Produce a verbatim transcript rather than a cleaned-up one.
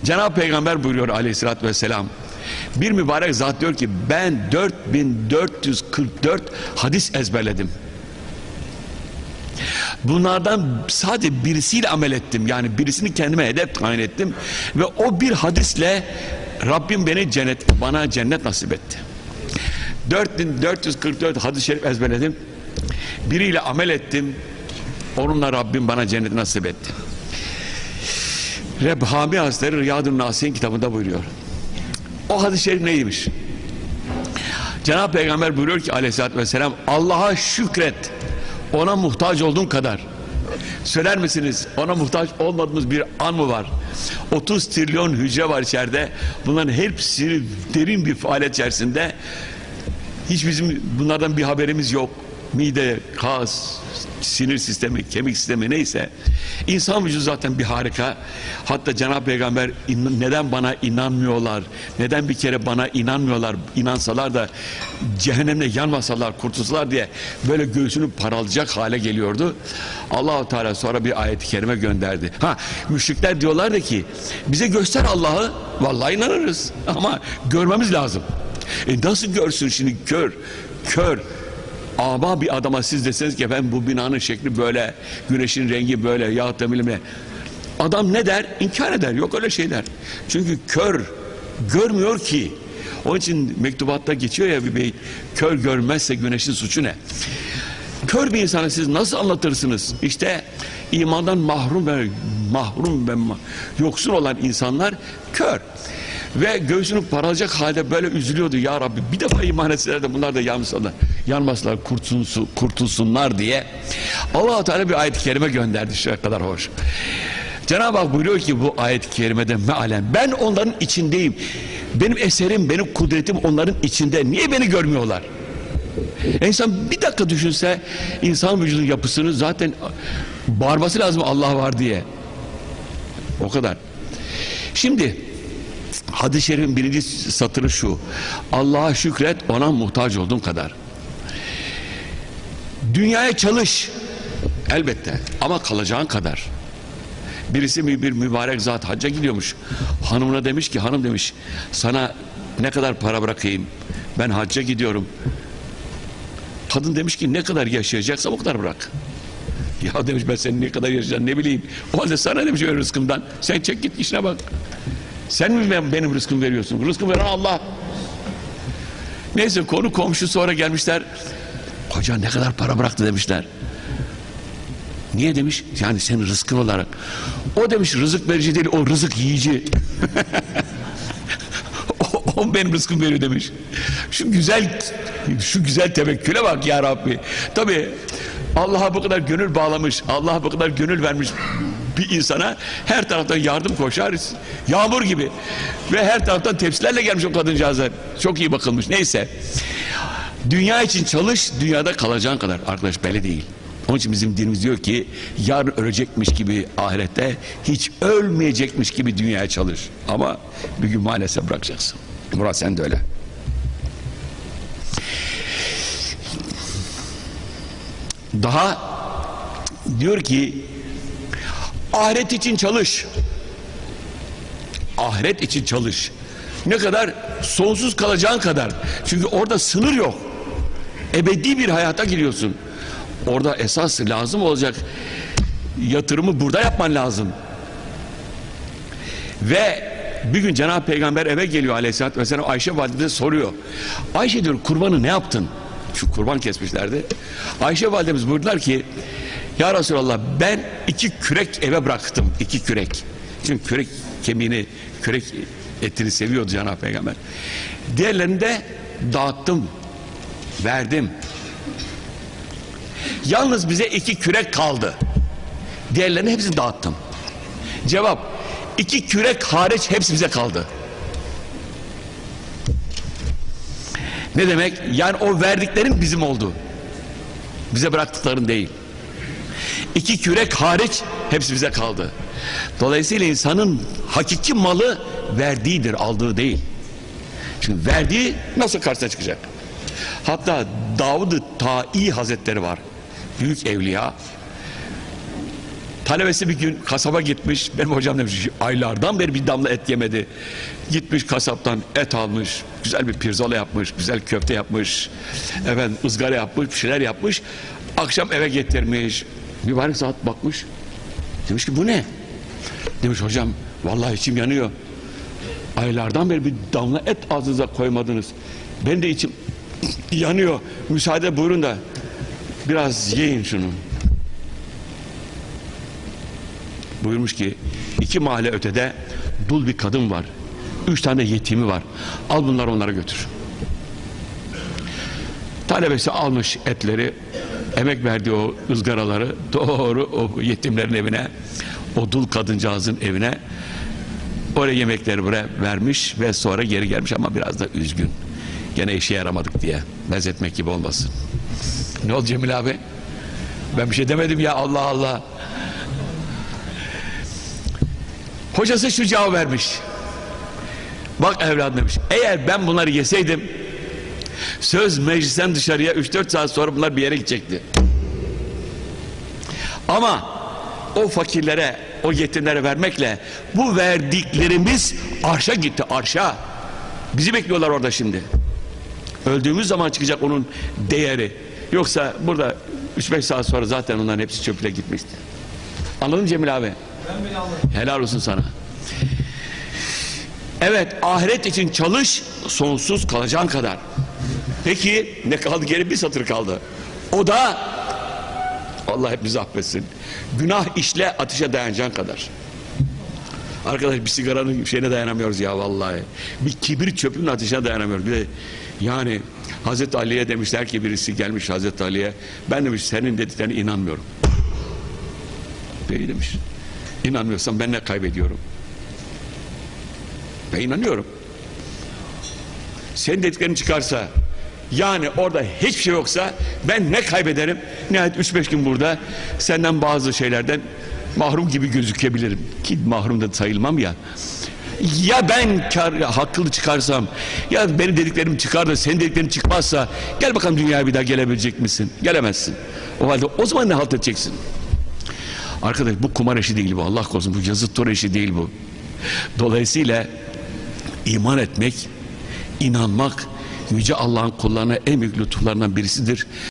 Cenab-ı Peygamber buyuruyor aleyhissalatü vesselam, bir mübarek zat diyor ki ben dört bin dört yüz kırk dört hadis ezberledim. Bunlardan sadece birisiyle amel ettim. Yani birisini kendime hedef tayin ettim. Ve o bir hadisle Rabbim beni cennet, bana cennet nasip etti. dört bin dört yüz kırk dört hadis-i şerif ezberledim. Biriyle amel ettim. Onunla Rabbim bana cennet nasip etti. Rebhami Hazretleri Riyad-ı Nasihin kitabında buyuruyor. O hadis-i şerif neymiş? Cenab-ı Peygamber buyuruyor ki aleyhissalatü vesselam, Allah'a şükret, ona muhtaç olduğun kadar. Söyler misiniz, ona muhtaç olmadığımız bir an mı var? otuz trilyon hücre var içeride. Bunların hepsi derin bir faaliyet içerisinde. Hiç bizim bunlardan bir haberimiz yok. Mide, kas, sinir sistemi, kemik sistemi neyse. İnsan vücudu zaten bir harika. Hatta Cenab-ı Peygamber neden bana inanmıyorlar? Neden bir kere bana inanmıyorlar? İnansalar da cehennemde yanmasalar, kurtulsalar diye böyle göğsünü paralayacak hale geliyordu. Allah-u Teala sonra bir ayet-i kerime gönderdi. Ha, müşrikler diyorlardı ki bize göster Allah'ı. Vallahi inanırız ama görmemiz lazım. E nasıl görsün şimdi kör? Kör. Ama bir adama siz deseniz ki efendim bu binanın şekli böyle, güneşin rengi böyle yahut da bilmem ne. Adam ne der? İnkar eder. Yok öyle şeyler. Çünkü kör. Görmüyor ki. Onun için mektubatta geçiyor ya bir bey. Kör görmezse güneşin suçu ne? Kör bir insana siz nasıl anlatırsınız? İşte imandan mahrum ve mahrum ve yoksun olan insanlar kör. Ve göğsünü paralayacak halde böyle üzülüyordu. Ya Rabbi bir defa iman etseler de bunlar da yanmasalar, yanmasınlar, kurtulsun, kurtulsunlar diye. Allah-u Teala bir ayet-i kerime gönderdi. Şu kadar hoş. Cenab-ı Hak buyuruyor ki bu ayet-i kerimede mealen ben onların içindeyim. Benim eserim, benim kudretim onların içinde. Niye beni görmüyorlar? İnsan bir dakika düşünse insan vücudunun yapısını zaten bağırması lazım Allah var diye. O kadar. Şimdi hadis-i şerifin birinci satırı şu: Allah'a şükret, ona muhtaç olduğun kadar. Dünyaya çalış elbette ama kalacağın kadar. Birisi bir, bir mübarek zat hacca gidiyormuş. Hanımına demiş ki, hanım demiş, sana ne kadar para bırakayım? Ben hacca gidiyorum. Kadın demiş ki ne kadar yaşayacaksa o kadar bırak. Ya demiş ben senin ne kadar yaşayacaksın ne bileyim. O halde sana demiş öyle rızkımdan. Sen çek git işine bak. Sen mi benim rızkımı veriyorsun? Rızkımı veren Allah. Neyse konu komşu sonra gelmişler. Hoca ne kadar para bıraktı demişler. Niye demiş? Yani senin rızkın olarak. O demiş rızık verici değil, o rızık yiyici. o, o benim rızkım veriyor demiş. Şu güzel şu güzel tevekküle bak ya Rabbi. Tabii Allah'a bu kadar gönül bağlamış, Allah'a bu kadar gönül vermiş bir insana her taraftan yardım koşar, yağmur gibi. Ve her taraftan tepsilerle gelmiş o kadıncağızlar. Çok iyi bakılmış. Neyse. Dünya için çalış, dünyada kalacağın kadar. Arkadaş böyle değil. Onun için bizim dinimiz diyor ki yarın ölecekmiş gibi ahirette, hiç ölmeyecekmiş gibi dünyaya çalış. Ama bir gün maalesef bırakacaksın. Murat sen de öyle. Daha diyor ki ahiret için çalış. Ahiret için çalış. Ne kadar? Sonsuz kalacağın kadar. Çünkü orada sınır yok. Ebedi bir hayata giriyorsun. Orada esas lazım olacak yatırımı burada yapman lazım. Ve bir gün Cenab-ı Peygamber eve geliyor aleyhissalatü vesselam, Ayşe valide soruyor. Ayşe diyor kurbanı ne yaptın? Şu kurban kesmişlerdi. Ayşe validemiz buyurdular ki ya Resulallah ben iki kürek eve bıraktım. İki kürek. Çünkü kürek kemiğini, kürek etini seviyordu Cenab-ı Peygamber. Diğerlerini de dağıttım. Verdim. Yalnız bize iki kürek kaldı. Diğerlerini hepsini dağıttım. Cevap: iki kürek hariç hepsi bize kaldı. Ne demek? Yani o verdiklerin bizim oldu. Bize bıraktıkların değil. İki kürek hariç hepsi bize kaldı. Dolayısıyla insanın hakiki malı verdiğidir, aldığı değil. Çünkü verdiği nasıl karşısına çıkacak? Hatta Davud-ı Ta'i Hazretleri var. Büyük evliya. Talebesi bir gün kasaba gitmiş. Benim hocam demiş aylardan beri bir damla et yemedi. Gitmiş kasaptan et almış. Güzel bir pirzola yapmış. Güzel köfte yapmış. Efendim ızgara yapmış. Bir şeyler yapmış. Akşam eve getirmiş. Mübarek saat bakmış. Demiş ki bu ne? Demiş hocam vallahi içim yanıyor. Aylardan beri bir damla et ağzınıza koymadınız. Ben de içim yanıyor. Müsaade buyurun da biraz yiyin şunu. Buyurmuş ki iki mahalle ötede dul bir kadın var. Üç tane yetimi var. Al bunları onlara götür. Talebesi almış etleri, emek verdiği o ızgaraları doğru o yetimlerin evine, o dul kadıncağızın evine, oraya yemekleri buraya vermiş ve sonra geri gelmiş ama biraz da üzgün. Gene işe yaramadık diye. Benzetmek gibi olmasın. Ne oldu Cemil abi? Ben bir şey demedim ya, Allah Allah. Hocası şu cevap vermiş. Bak evladım demiş. Eğer ben bunları yeseydim söz meclisten dışarıya üç dört saat sonra bunlar bir yere gidecekti. Ama o fakirlere, o yetimlere vermekle bu verdiklerimiz arşa gitti, arşa. Bizi bekliyorlar orada şimdi. Öldüğümüz zaman çıkacak onun değeri. Yoksa burada üç beş saat sonra zaten onların hepsi çöple gitmişti. Anladın mı Cemil abi? Ben bile anladım. Helal olsun sana. Evet, ahiret için çalış, sonsuz kalacağın kadar. Peki ne kaldı? Geri bir satır kaldı. O da Allah hepimizi affetsin. Günah işle ateşe dayanacağın kadar. Arkadaş bir sigaranın şeyine dayanamıyoruz ya vallahi. Bir kibir çöpünün ateşine dayanamıyoruz. Bir de yani Hazreti Ali'ye demişler ki, birisi gelmiş Hazreti Ali'ye, ben demiş senin dediklerine inanmıyorum. Peki demiş. İnanmıyorsan ben ne kaybediyorum? Ben inanıyorum. Senin dediklerin çıkarsa, yani orada hiçbir şey yoksa ben ne kaybederim? Nihayet üç beş gün burada senden bazı şeylerden mahrum gibi gözükebilirim. Ki mahrum da sayılmam ya. Ya ben kar, haklı çıkarsam, ya benim dediklerim çıkar da senin dediklerin çıkmazsa, gel bakalım dünyaya bir daha gelebilecek misin? Gelemezsin. O halde o zaman ne halt edeceksin? Arkadaş bu kumar işi değil bu, Allah korusun, bu yazıt tura işi değil bu. Dolayısıyla iman etmek, inanmak Yüce Allah'ın kullarına en büyük lütuflarından birisidir.